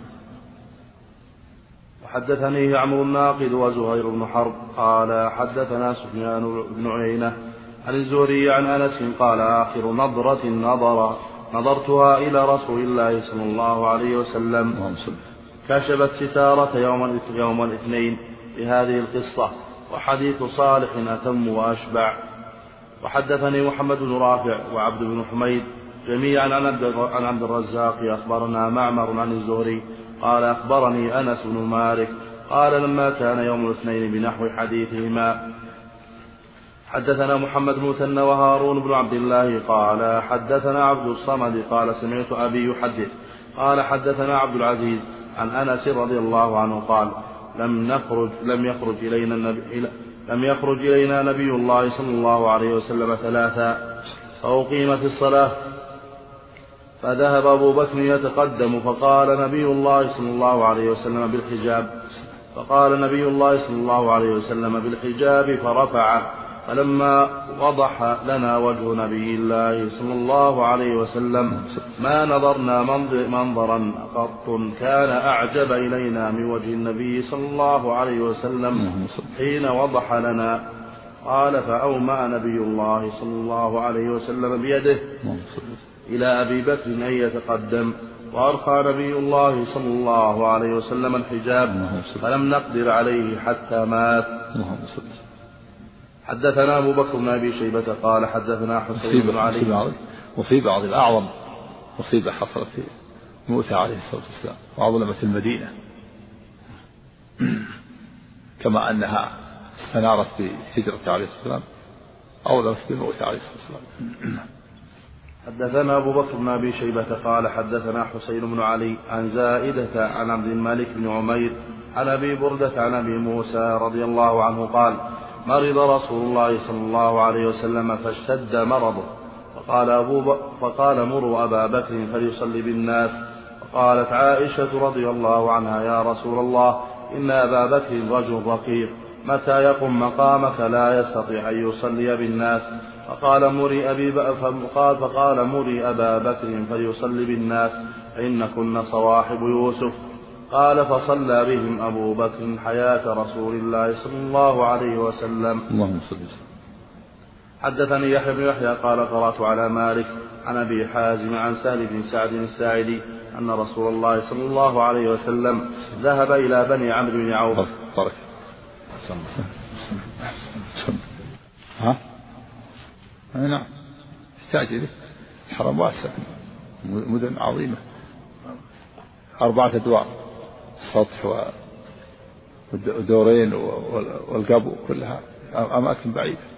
Speaker 1: وحدثني عمرو الناقد وزهير بن حرب قال حدثنا سفيان بن عيينة عن الزهري عن أنس قال: آخر نظرة نظر نظرتها إلى رسول الله صلى الله عليه وسلم كشف الستارة يوم يوم الاثنين بهذه القصة. وحديث صالح أتم وأشبع. وحدثني محمد بن رافع وعبد بن حميد جميعا عن عبد الرزاق أخبرنا معمر عن الزهري قال: أخبرني أنس بن مالك قال: لما كان يوم الاثنين بنحو حديثهما. حدثنا محمد بن مثنى وهارون بن عبد الله قال حدثنا عبد الصمد قال: سمعت أبي يحدث قال: حدثنا عبد العزيز عن أنس رضي الله عنه قال: لم نخرج لم يخرج إلينا النبي لم يخرج إلينا نبي الله صلى الله عليه وسلم ثلاثا فأقيمت الصلاة فذهب أبو بكر يتقدم فقال نبي الله صلى الله عليه وسلم بالحجاب فقال نبي الله صلى الله عليه وسلم بالحجاب فرفع فلما وضح لنا وجه نبي الله صلى الله عليه وسلم ما نظرنا منظرا قط كان أعجب إلينا من وجه النبي صلى الله عليه وسلم حين وضح لنا. قال: فأومأ نبي الله صلى الله عليه وسلم بيده إلى أبي بكر أن يتقدم وأرخى نبي الله صلى الله عليه وسلم الحجاب فلم نقدر عليه حتى مات. حدثنا أبو بكر بن أبي شيبة قال حدثنا حسين بن علي.
Speaker 2: مصيبة عظيمة أعظم مصيبة حصلت في موسى عليه الصلاة والسلام وعظمت المدينة كما أنها استنارت في هجرة عليه الصلاة والسلام أظلمت في موسى عليه الصلاة والسلام.
Speaker 1: حدثنا أبو بكر بن أبي شيبة قال حدثنا حسين بن علي عن زائدة عن عبد الملك بن عمير عن أبي بردة عن أبي موسى رضي الله عنه قال: مرض رسول الله صلى الله عليه وسلم فاشتد مرضه فقال, أبو ب... فقال مروا أبا بكر فليصلي بالناس. فقالت عائشة رضي الله عنها يا رسول الله إن أبا بكر رجل رقيق متى يقم مقامك لا يستطيع أن يصلي بالناس. فقال مري, أبي ب... فقال, فقال مري أبا بكر فليصلي بالناس فإنكن صواحب يوسف. قال فصلى بهم أبو بكر حياة رسول الله صلى الله عليه وسلم.
Speaker 2: اللهم صل وسلم.
Speaker 1: حدثني يحيى بن يحيى قال قرأت على مالك عن أبي حازم عن سهل بن سعد الساعدي أن رسول الله صلى الله عليه وسلم ذهب إلى بني عمرو بن عوف.
Speaker 2: بارك. ها؟ نعم. استعجل. الحرم واسع. مدن عظيمة. أربعة أدوار. سطح ودورين والقبو كلها أماكن بعيدة.